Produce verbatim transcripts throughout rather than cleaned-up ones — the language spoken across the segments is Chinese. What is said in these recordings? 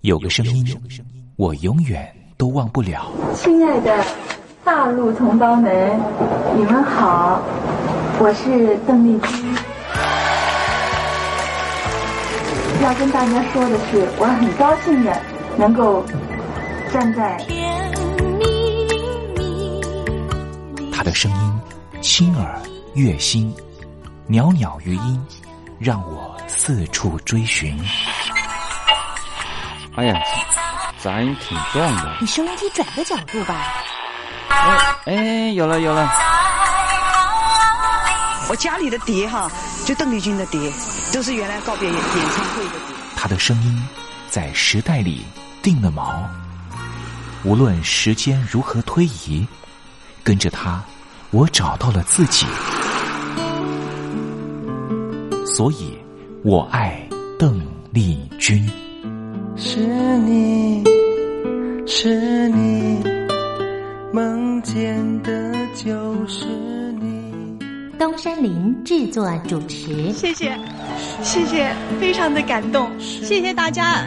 有个声音，我永远都忘不了。 亲爱的大陆同胞们，你们好，我是邓丽君。要跟大家说的是，我很高兴的能够站在他的声音轻耳悦心，袅袅余音，让我四处追寻。 哎呀，咱挺壮的。 你收音机转个角度吧。 哎哎，有了有了。 我家里的碟哈，就邓丽君的碟，都是原来告别演唱会的碟。 他的声音在时代里定了锚，无论时间如何推移，跟着他，我找到了自己。所以，我爱邓丽君。 是你，是你，梦见的就是你。 东山林制作主持。 谢谢，谢谢，非常的感动，谢谢大家。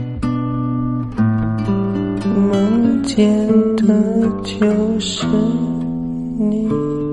梦见的就是你。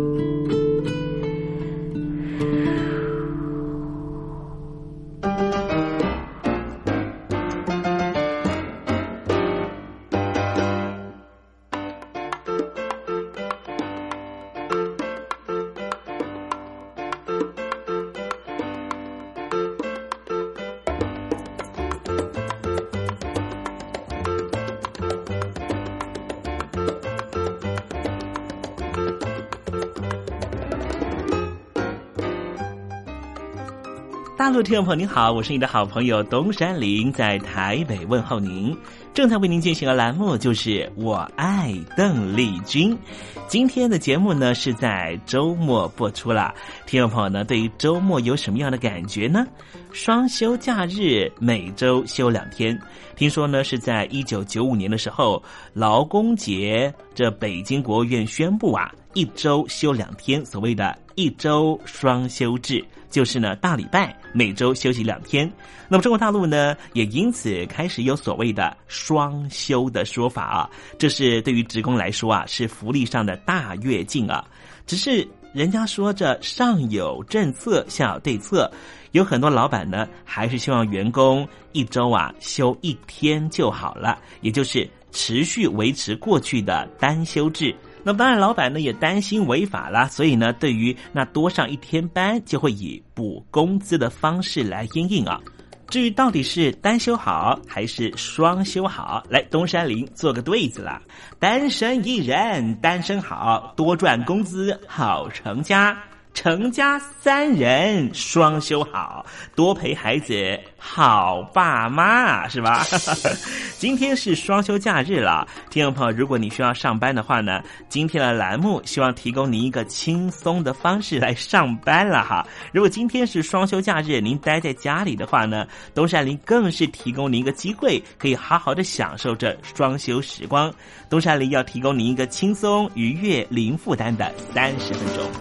大陆听众朋友您好，我是你的好朋友东山林，在台北问候您。正在为您进行的栏目就是我爱邓丽君。今天的节目呢是在周末播出了，听众朋友呢对于周末有什么样的感觉呢？双休假日每周休两天，听说呢是在一九九五年的时候劳工节，这北京国务院宣布啊，一周休两天，所谓的一周双休制，就是呢大礼拜每周休息两天。那么中国大陆呢也因此开始有所谓的双休的说法啊，这是对于职工来说啊是福利上的大跃进啊。只是人家说这上有政策下有对策，有很多老板呢还是希望员工一周啊休一天就好了，也就是持续维持过去的单休制。那么当然老板呢也担心违法啦，所以呢对于那多上一天班就会以补工资的方式来因应啊。至于到底是单休好还是双休好，来东山林做个对子啦。单身一人单身好，多赚工资好成家，成家三人双休好，多陪孩子好爸妈，是吧？今天是双休假日了，听众朋友，如果你需要上班的话呢，今天的栏目希望提供您一个轻松的方式来上班了哈。如果今天是双休假日，您待在家里的话呢，东山林更是提供您一个机会，可以好好的享受这双休时光。东山林要提供您一个轻松愉悦零负担的三十分钟。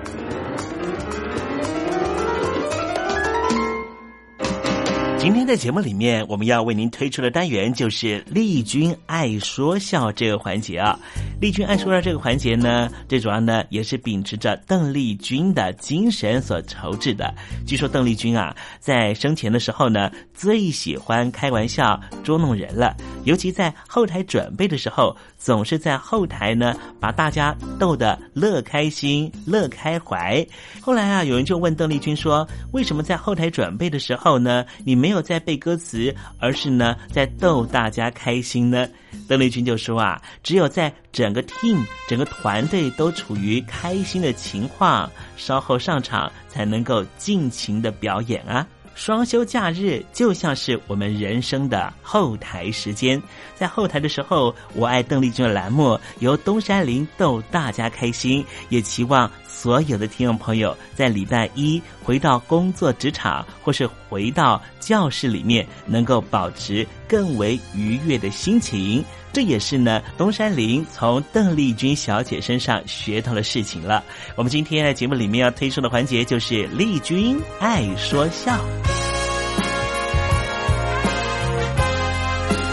今天的节目里面，我们要为您推出的单元就是丽君爱说笑这个环节啊。丽君爱说笑这个环节呢，最主要呢也是秉持着邓丽君的精神所筹制的。据说邓丽君啊，在生前的时候呢，最喜欢开玩笑捉弄人了，尤其在后台准备的时候，总是在后台呢把大家逗得乐开心、乐开怀。后来啊，有人就问邓丽君说，为什么在后台准备的时候呢，你没有在背歌词，而是呢在逗大家开心呢？邓丽君就说啊，只有在整个 team 整个团队都处于开心的情况，稍后上场才能够尽情的表演啊。双休假日就像是我们人生的后台时间，在后台的时候，我爱邓丽君的栏目由东山林逗大家开心，也期望所有的听众朋友在礼拜一回到工作职场或是回到教室里面，能够保持更为愉悦的心情。这也是呢东山林从邓丽君小姐身上学到的事情了。我们今天在节目里面要推出的环节就是丽君爱说笑。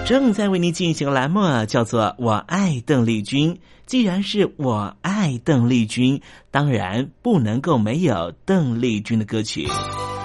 正在为您进行的栏目叫做我爱邓丽君。既然是我爱邓丽君，当然不能够没有邓丽君的歌曲。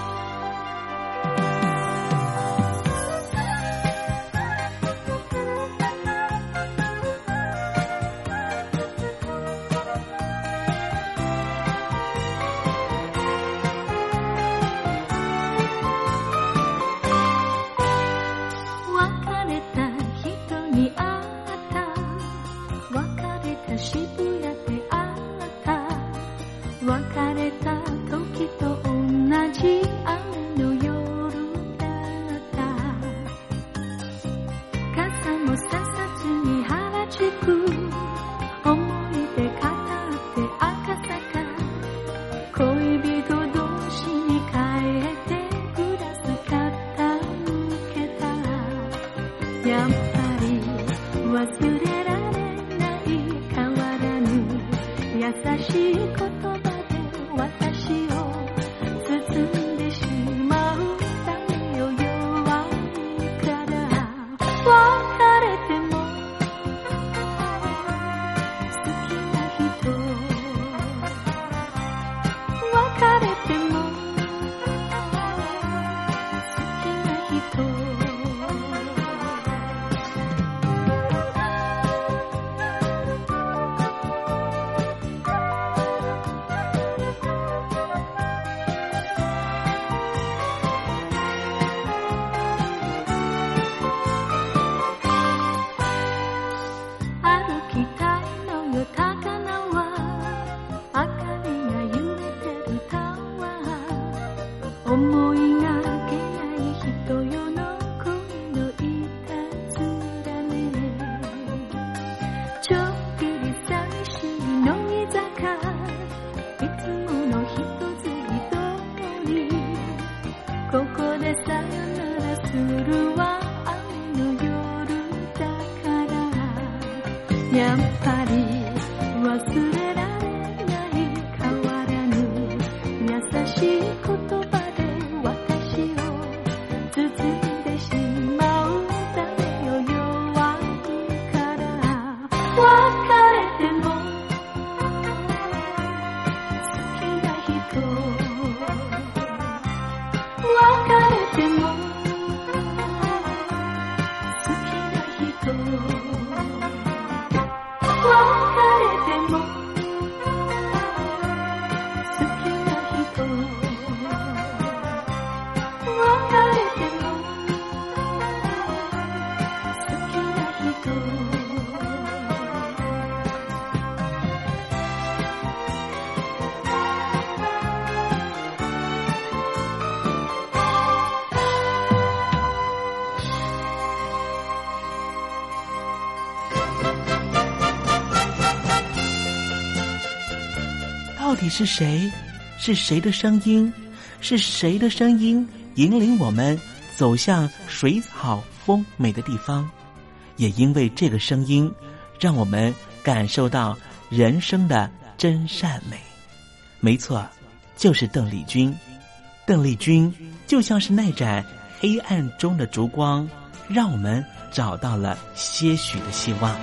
到底是谁？是谁的声音？是谁的声音引领我们走向水草丰美的地方？也因为这个声音，让我们感受到人生的真善美。没错，就是邓丽君。邓丽君就像是那盏黑暗中的烛光，让我们找到了些许的希望。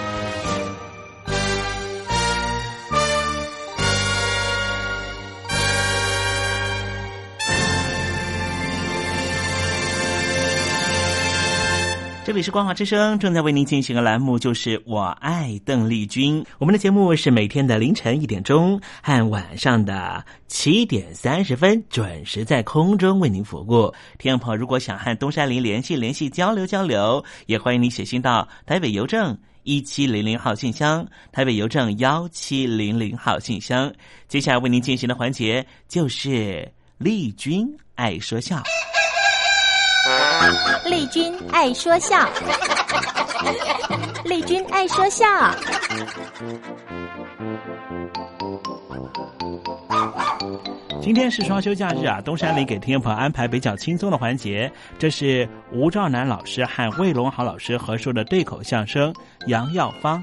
这里是光华之声，正在为您进行的栏目就是我爱邓丽君。我们的节目是每天的凌晨一点钟和晚上的七点三十分准时在空中为您服务。听众朋友如果想和东山林联系联系交流交流，也欢迎你写信到台北邮政一七零零号信箱，台北邮政一七零零号信箱。接下来为您进行的环节就是丽君爱说笑。 丽君爱说笑，丽君爱说笑。 今天是双休假日啊，东山林给听众朋友安排比较轻松的环节，这是吴兆南老师和魏龙豪老师合说的对口相声《杨耀芳》。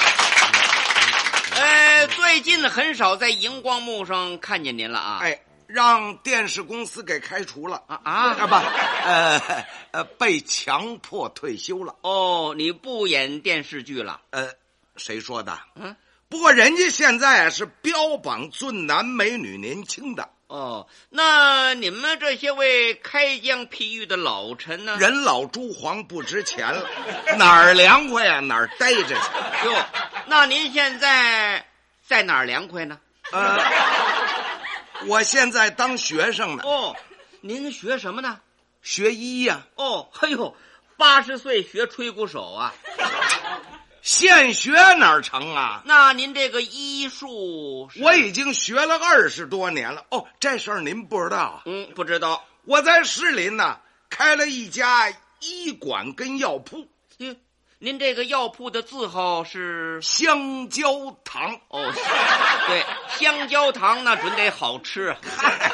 呃，最近很少在荧光幕上看见您了啊。 哎。 让电视公司给开除了啊啊啊不，呃呃，被强迫退休了。 哦，你不演电视剧了？ 呃，谁说的？ 嗯， 不过人家现在是标榜俊男美女年轻的。 哦，那你们这些位开疆辟域的老臣呢？ 人老珠黄不值钱了，哪儿凉快啊哪儿待着去。 哟，那您现在在哪儿凉快呢？ 呃，我现在当学生呢。 哦，您学什么呢？ 学医呀、 啊。哦，哎呦，八十岁学吹鼓手啊？ 现学哪儿成啊？ 那您这个医术， 我已经学了二十多年了。哦，这事儿您不知道？ 嗯，不知道。 我在士林呢开了一家医馆跟药铺。 嗯，您这个药铺的字号是香蕉糖。 哦，对，香蕉糖那准得好吃啊。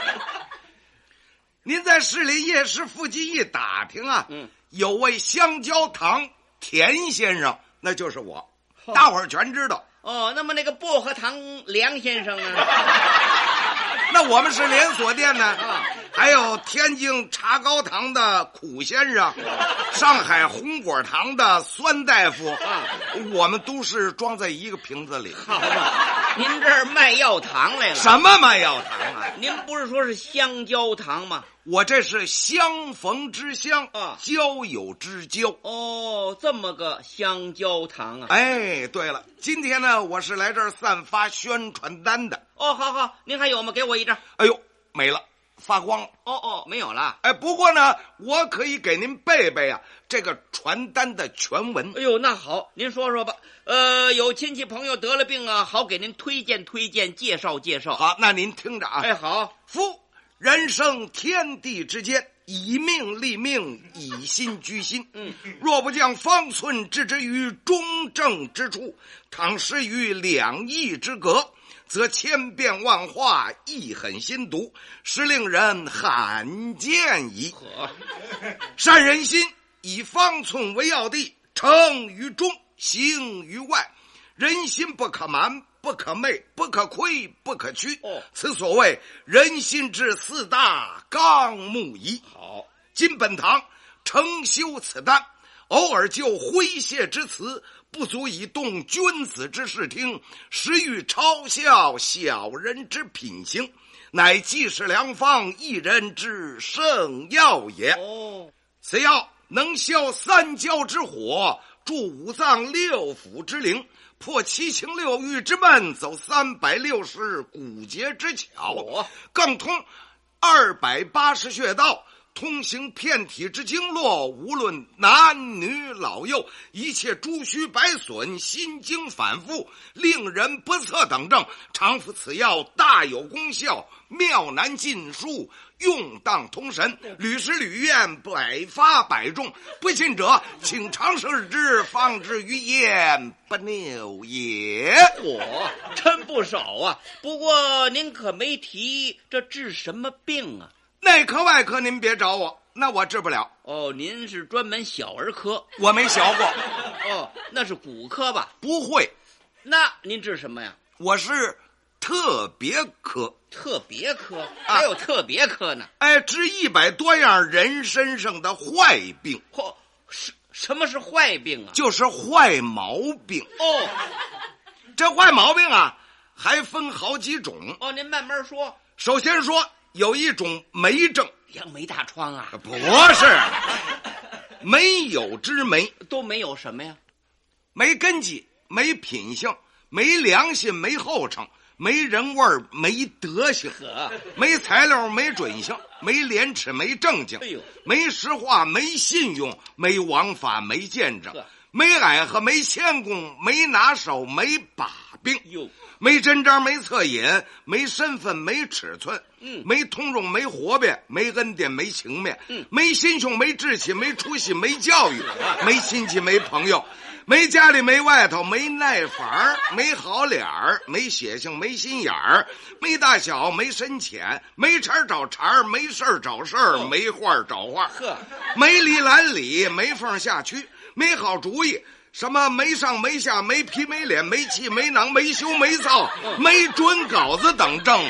您在士林夜市附近一打听啊， 嗯， 有位香蕉糖田先生。那就是我，大伙儿全知道。 哦，那么那个薄荷糖梁先生呢？ 那我们是连锁店呢。 啊， 还有天津茶膏糖的苦先生，上海红果糖的酸大夫， 啊， 我们都是装在一个瓶子里。 好吧，您这儿卖药糖来了？ 什么卖药糖啊？ 您不是说是香蕉糖吗？ 我这是相逢之相啊， 交友之交。 哦，这么个香蕉糖啊！ 哎，对了，今天呢，我是来这儿散发宣传单的。 哦，好好，您还有吗？给我一张。 哎呦，没了，发光了。 哦哦，没有了。 哎，不过呢，我可以给您背背啊这个传单的全文。 哎呦，那好，您说说吧。呃，有亲戚朋友得了病啊，好给您推荐推荐，介绍介绍。 好，那您听着啊。 哎，好。 夫人生天地之间，以命立命，以心居心。 嗯， 若不将方寸置之于中正之处，倘失于两翼之隔，则千变万化，亦很心毒，实令人罕见矣。善人心，以方寸为要地，诚于中，行于外。人心不可瞒，不可昧，不可亏，不可屈。 哦， 此所谓人心之四大纲目矣。 好， 今本堂承修此单，偶尔就诙谐之词，不足以动君子之视听，实欲嘲笑小人之品行，乃济世良方，一人之圣药也。 哦， 此药能消三焦之火，助五脏六腑之灵，破七情六欲之闷，走三百六十骨节之巧，更通二百八十穴道，通行遍体之经络，无论男女老幼，一切诸虚百损，心经反复，令人不测等症，常服此药大有功效，妙难尽数，用当通神，屡试屡验，百发百中。不信者，请尝试之，方知于言不谬也。 我真不少啊，不过您可没提这治什么病啊？ 内科外科您别找我，那我治不了。 哦，您是专门小儿科？ 我没学过。 哦，那是骨科吧？ 不会。 那您治什么呀？ 我是特别科。 特别科？还有特别科呢？ 哎，治一百多样人身上的坏病。 嚯，什什么是坏病啊？ 就是坏毛病。 哦， 这坏毛病啊，还分好几种。 哦，您慢慢说。 首先说，有一种霉症。 杨梅大疮啊？ 不是，没有之霉。 都没有什么呀？ 没根基，没品性，没良心，没后程，没人味儿，没德行，没材料，没准性，没廉耻，没正经， 哎呦， 没实话，没信用，没王法，没见证，没矮和，没谦恭，没拿手，没把柄，没真章，没恻隐，没身份，没尺寸， 嗯， 没通融，没活变，没恩典，没情面， 嗯， 没心胸，没志气，没出息，没教育，没亲戚，没朋友，没家里，没外头，没耐法儿，没好脸儿，没血性，没心眼儿，没大小，没深浅，没茬找茬，没事儿找事儿，没话找话， 呵， 没理拦理，没缝下区，没好主意。什么没上没下，没皮没脸，没气没囊，没羞没臊，没准稿子等症，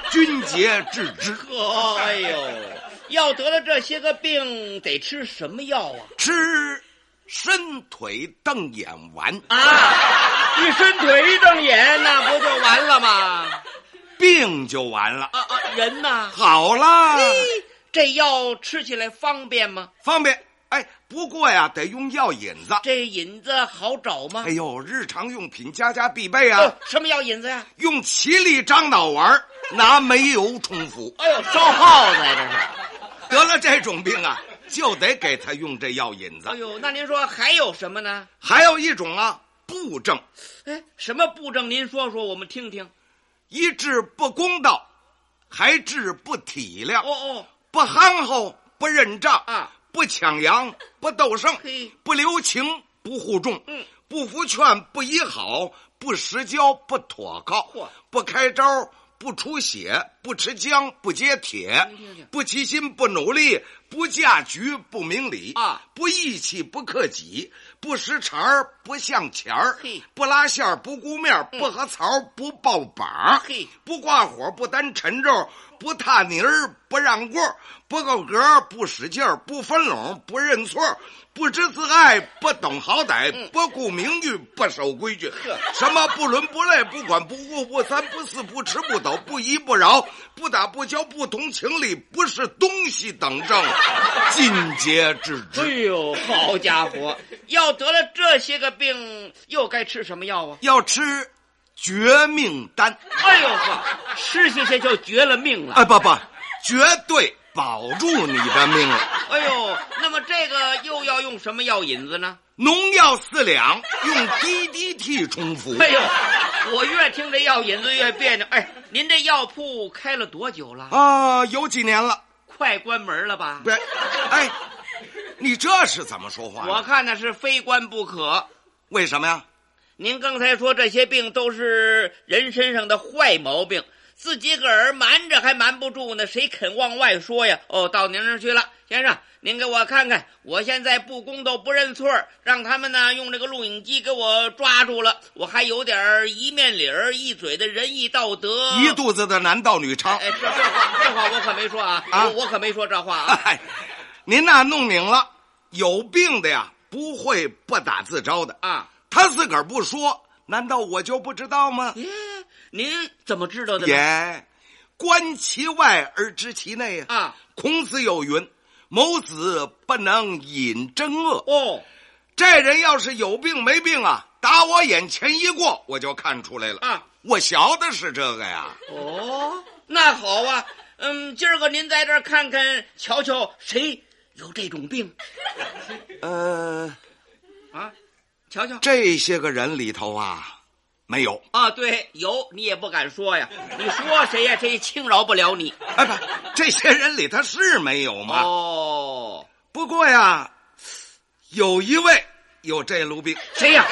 君节治之。 呵，哎呦，要得了这些个病，得吃什么药啊？ 吃伸腿瞪眼丸啊！一伸腿瞪眼，那不就完了吗？ 病就完了啊啊！人呢？ 好了。 这药吃起来方便吗？ 方便。哎，不过呀，得用药引子。 这引子好找吗？ 哎呦，日常用品家家必备啊！ 哦、什么药引子呀？ 用奇力樟脑丸，拿煤油冲服。 哎呦，烧耗子呀，这是！ 得了这种病啊，就得给他用这药引子。 哎呦，那您说还有什么呢？ 还有一种啊，布症。 哎，什么布症？您说说，我们听听。 一治不公道，还治不体谅。 哦哦， 不憨厚，不认账啊。 不抢羊，不斗胜，不留情，不护众， 嗯， 不服劝，不依好，不实交，不妥告，不开招，不出血，不持浆，不接铁，不齐心，不努力，不架局，不明理啊， 不义气，不克己，不识茬儿，不向前儿，不拉线儿，不顾面儿，不和槽，不抱板儿，不挂火，不担沉重，不踏泥儿，不让过，不够格，不使劲儿，不分拢，不认错，不知自爱，不懂好歹， 嗯、 不顾名誉，不守规矩，什么不伦不类，不管不顾，不三不四，不吃不抖，不依不饶，不打不交，不同情理，不是东西等症，尽皆治之。 哎呦，好家伙！要得了这些个病，又该吃什么药啊？ 要吃绝命丹。 哎呦呵，吃下去就绝了命了。 哎，不不，绝对保住你的命了。 哎呦，那么这个又要用什么药引子呢？ 农药四两，用 D D T 冲服。 哎呦，我越听这药引子越别扭。哎，您这药铺开了多久了？ 啊，有几年了。 快关门了吧？ 对，哎，你这是怎么说话？ 我看那是非关不可。 为什么呀？ 您刚才说这些病都是人身上的坏毛病，自己个儿瞒着还瞒不住呢，谁肯往外说呀？哦，到您那儿去了，先生，您给我看看，我现在不公都不认错，让他们呢用这个录影机给我抓住了，我还有点一面理儿一嘴的仁义道德， 一肚子的男盗女娼。 哎，这这话这话我可没说啊，啊我, 我可没说这话啊。 哎，您那弄拧了，有病的呀不会不打自招的啊。他自个儿不说，难道我就不知道吗？ 耶，您怎么知道的呢？ 耶，观其外而知其内啊！ 啊， 孔子有云：“谋子不能隐真恶。” 哦， 这人要是有病没病啊，打我眼前一过，我就看出来了啊！ 我晓得是这个呀。 哦，那好啊，嗯，今儿个您在这儿看看，瞧瞧谁有这种病。 呃， 啊。瞧瞧， 这些个人里头啊，没有啊？对，有你也不敢说呀。你说谁呀？谁轻饶不了你。 哎不，这些人里他是没有吗？ 哦， 不过呀，有一位有这路病。 谁呀？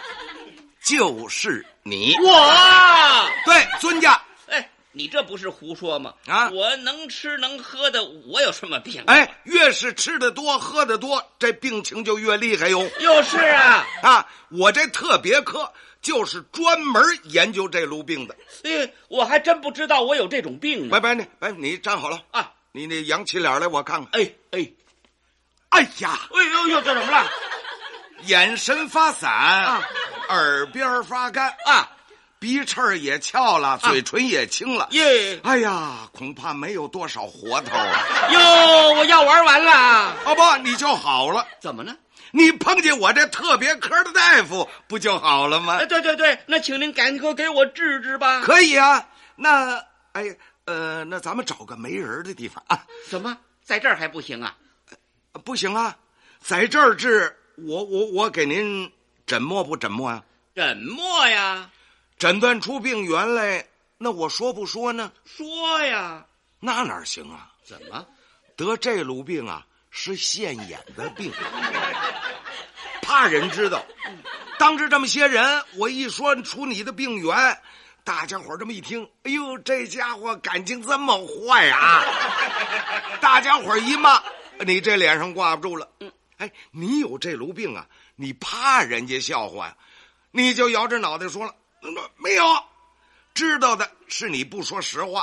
就是你。 我。 对，尊驾。 哎，你这不是胡说吗？ 啊， 我能吃能喝的，我有什么病？ 哎，越是吃的多喝的多，这病情就越厉害哟。 又是啊啊！我这特别科就是专门研究这路病的。 哎，我还真不知道我有这种病呢。 拜拜你，拜你站好了啊！ 你那扬起脸来，我看看。 哎哎， 哎呀！ 哎呦呦，这怎么了？ 眼神发散啊， 耳边发干啊。 鼻翅也翘了，嘴唇也青了。 耶！ 哎呀，恐怕没有多少活头啊！ 哟，我药丸完了。 好不，你就好了。 怎么呢？ 你碰见我这特别科的大夫，不就好了吗？ 哎，对对对，那请您赶快给我治治吧。 可以啊，那哎呃，那咱们找个没人的地方啊。 什么？在这儿还不行啊？ 呃、不行啊，在这儿治，我我我给您诊摸不诊摸啊？ 诊摸呀。 诊断出病源来，那我说不说呢？ 说呀。 那哪行啊？ 怎么？ 得这路病啊，是现眼的病，怕人知道。当着这么些人，我一说出你的病源，大家伙这么一听，哎呦，这家伙感情这么坏啊！大家伙一骂，你这脸上挂不住了。嗯，哎，你有这路病啊，你怕人家笑话呀？你就摇着脑袋说了。没有，知道的是你不说实话，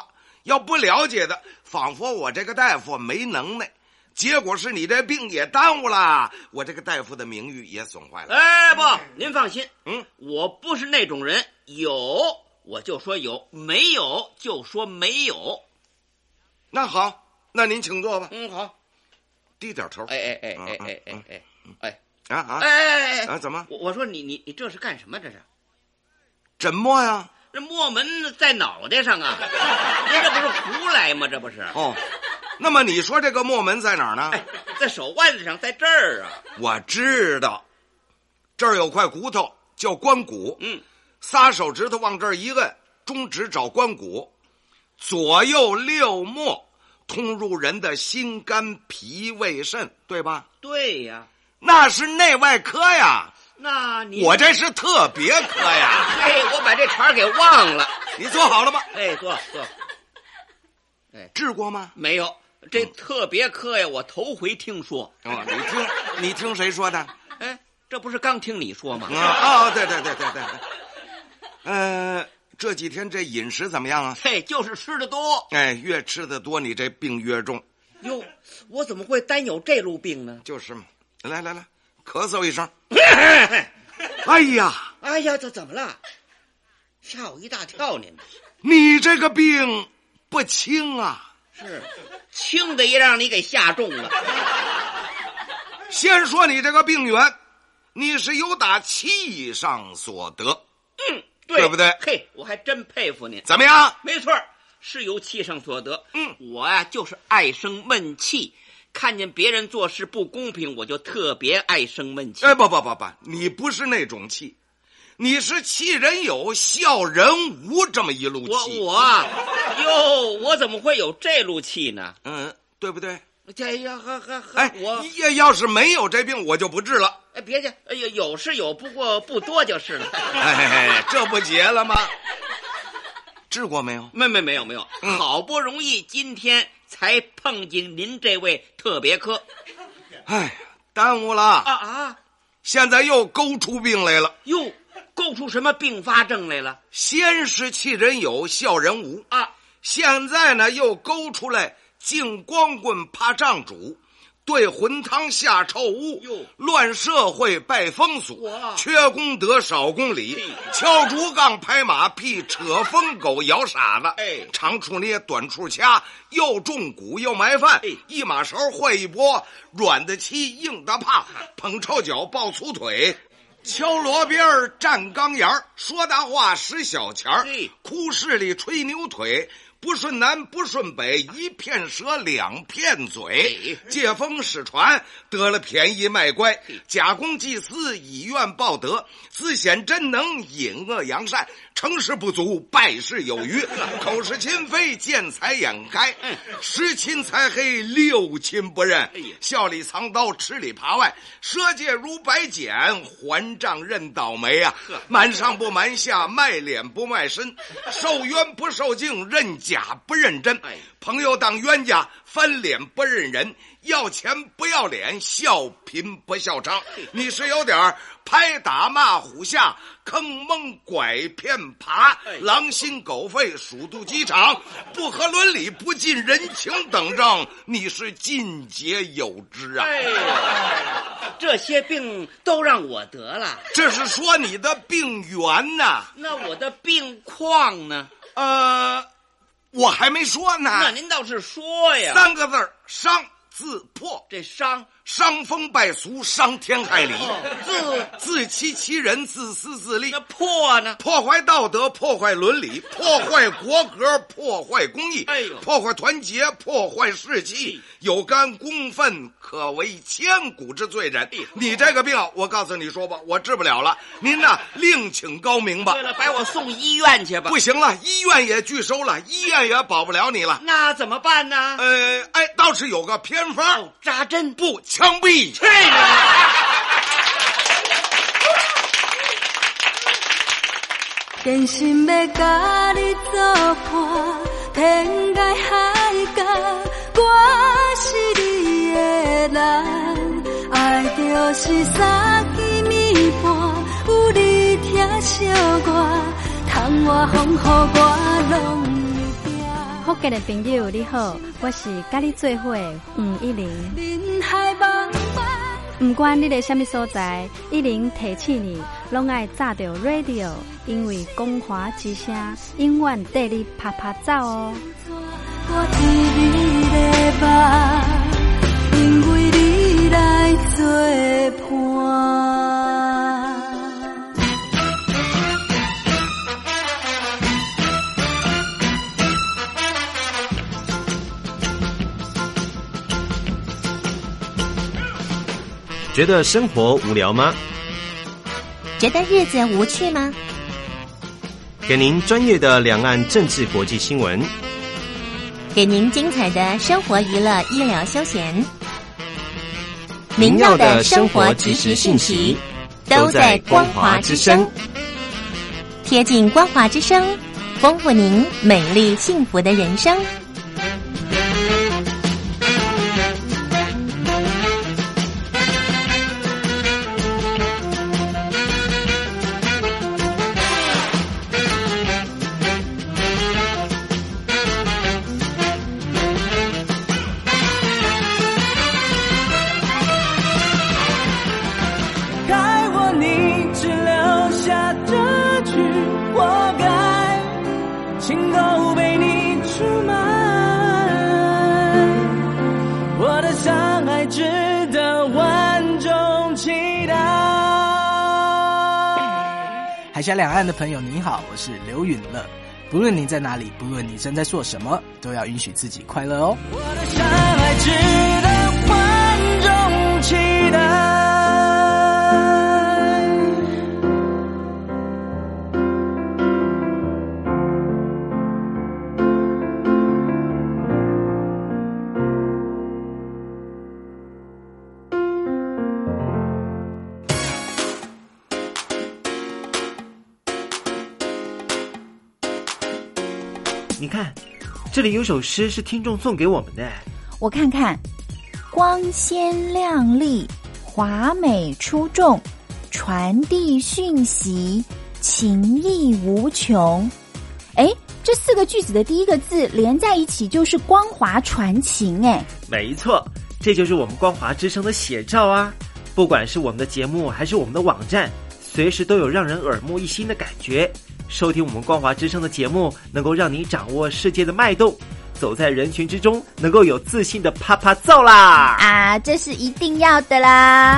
要不了解的，仿佛我这个大夫没能耐，结果是你这病也耽误了，我这个大夫的名誉也损坏了。 哎，不，您放心， 嗯， 我不是那种人，有我就说有，没有就说没有。 那好，那您请坐吧。 嗯，好， 低点头。 哎哎哎哎哎哎哎哎啊啊！ 哎哎哎啊！怎么？ 我我说你你你这是干什么？这是诊末呀？ 这墨门在脑袋上啊！您这不是胡来吗？这不是？ 哦，那么你说这个墨门在哪儿呢？ 哎，在手腕子上，在这儿啊！ 我知道，这儿有块骨头叫关骨。 嗯， 仨手指头往这儿一摁，中指找关骨，左右六墨通入人的心肝脾胃肾，对吧？ 对呀， 那是内外科呀。 那你我这是特别科呀。 哎，我把这茬给忘了。 你做好了吗？ 哎，做做。 哎，治过吗？ 没有，这特别科呀，我头回听说。 哦，你听，你听谁说的？ 哎，这不是刚听你说吗？ 啊、哦，对对对对对。呃，这几天这饮食怎么样啊？ 嘿，就是吃的多。 哎，越吃的多，你这病越重。 哟，我怎么会单有这路病呢？ 就是嘛。来来来，咳嗽一声。哎呀， 哎呀，这怎么了？吓我一大跳！您， 你这个病不轻啊。 是，轻的也让你给吓中了。 先说你这个病源，你是由打气上所得。 嗯，对， 对不对？ 嘿，我还真佩服您。 怎么样？ 没错，是由气上所得。 嗯， 我呀、啊、就是爱生闷气。看见别人做事不公平，我就特别爱生闷气。 哎，不不不不，你不是那种气，你是气人有笑人无这么一路气。 我我哟，我怎么会有这路气呢？ 嗯，对不对？ 这呀，呵呵呵， 哎， 我要要是没有这病，我就不治了。 哎，别介，哎呦，有是有，不过不多就是了。 哎，这不结了吗？治过没有？ 没没没有没有、嗯，好不容易今天才碰见您这位特别科。 哎，耽误了啊啊！ 现在又勾出病来了。 哟，勾出什么并发症来了？ 先是气人有，笑人无啊，现在呢又勾出来净光棍怕丈主，对魂汤下臭污，乱社会败风俗，缺功德少公理，敲竹杠拍马屁，扯疯狗摇傻子， 哎， 长处捏短处掐，又重鼓又埋饭，哎，一马勺换一波，软的欺硬的怕，捧臭脚抱粗腿，敲锣边站钢沿说大话使小钱儿，哭市里吹牛腿，不顺南不顺北，一片舌两片嘴，借风使船，得了便宜卖乖，假公济私，以怨报德，自显真能，引恶扬善，成事不足，败事有余，口是心非，见财眼开，十亲财黑，六亲不认，笑里藏刀，吃里扒外，赊借如白捡，还账认倒霉啊！瞒上不瞒下，卖脸不卖身，受冤不受敬，认假不认真，朋友当冤家，翻脸不认人，要钱不要脸，笑贫不笑娼。你是有点拍打骂唬下，坑蒙拐骗爬，狼心狗肺，鼠肚鸡肠，不合伦理，不近人情等症，你是尽皆有之啊！ 哎呀，这些病都让我得了， 这是说你的病源呐。 那我的病况呢？ 呃，我还没说呢。 那您倒是说呀。 三个字儿，伤自破。 这伤。 伤风败俗，伤天害理， 哦、 自自欺欺人，自私自利。 那破呢？ 破坏道德，破坏伦理，破坏国格，破坏公义， 哎呦， 破坏团结，破坏士气，有干公愤，可为千古之罪人。哎、你这个病，我告诉你说吧，我治不了了。您呐，另请高明吧。 对了，把我送医院去吧。 不行了，医院也拒收了，医院也保不了你了。 那怎么办呢？ 呃，哎，倒是有个偏方， 哦、扎针不。枪毙！ 去你！ 真心要甲你作伴，天涯海角，我是你的人。爱就是三更暝半，有你疼惜我，窗外风雨我拢会行。 福建的朋友你好，我是甲你做伙黄一玲。不管你在什么所在，一零提醒你，拢爱炸到 radio， 因为光华之声永远带你啪啪走哦。我一日的梦，因为你来作伴。 觉得生活无聊吗？ 觉得日子无趣吗？ 给您专业的两岸政治国际新闻， 给您精彩的生活娱乐医疗休闲，您要的生活即时信息都在光华之声，贴近光华之声，丰富您美丽幸福的人生。 海峡两岸的朋友您好，我是刘允乐。不论你在哪里，不论你正在做什么，都要允许自己快乐哦。我的山海值得万众期待。 你看，这里有首诗是听众送给我们的。 我看看，光鲜亮丽，华美出众，传递讯息，情意无穷。哎，这四个句子的第一个字连在一起就是光华传情。哎， 没错，这就是我们光华之声的写照啊！不管是我们的节目还是我们的网站，随时都有让人耳目一新的感觉。收听我们光华之声的节目，能够让你掌握世界的脉动，走在人群之中，能够有自信的啪啪照啦！ 啊，这是一定要的啦！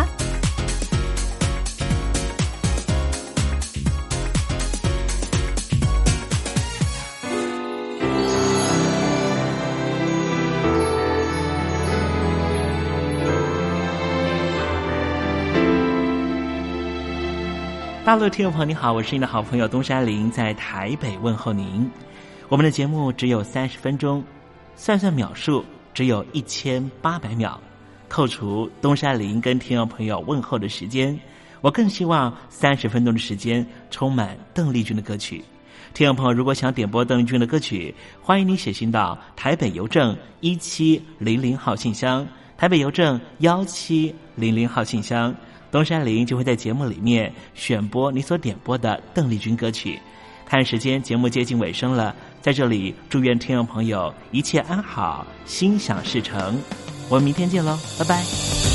大陆听众朋友你好，我是您的好朋友东山林，在台北问候您。我们的节目只有三十分钟，算算秒数只有一千八百秒，扣除东山林跟听众朋友问候的时间，我更希望三十分钟的时间充满邓丽君的歌曲。听众朋友如果想点播邓丽君的歌曲，欢迎你写信到台北邮政一七零零号信箱，台北邮政一七零零号信箱，东山林就会在节目里面选播你所点播的邓丽君歌曲。看时间，节目接近尾声了，在这里祝愿听众朋友一切安好，心想事成。我们明天见喽，拜拜。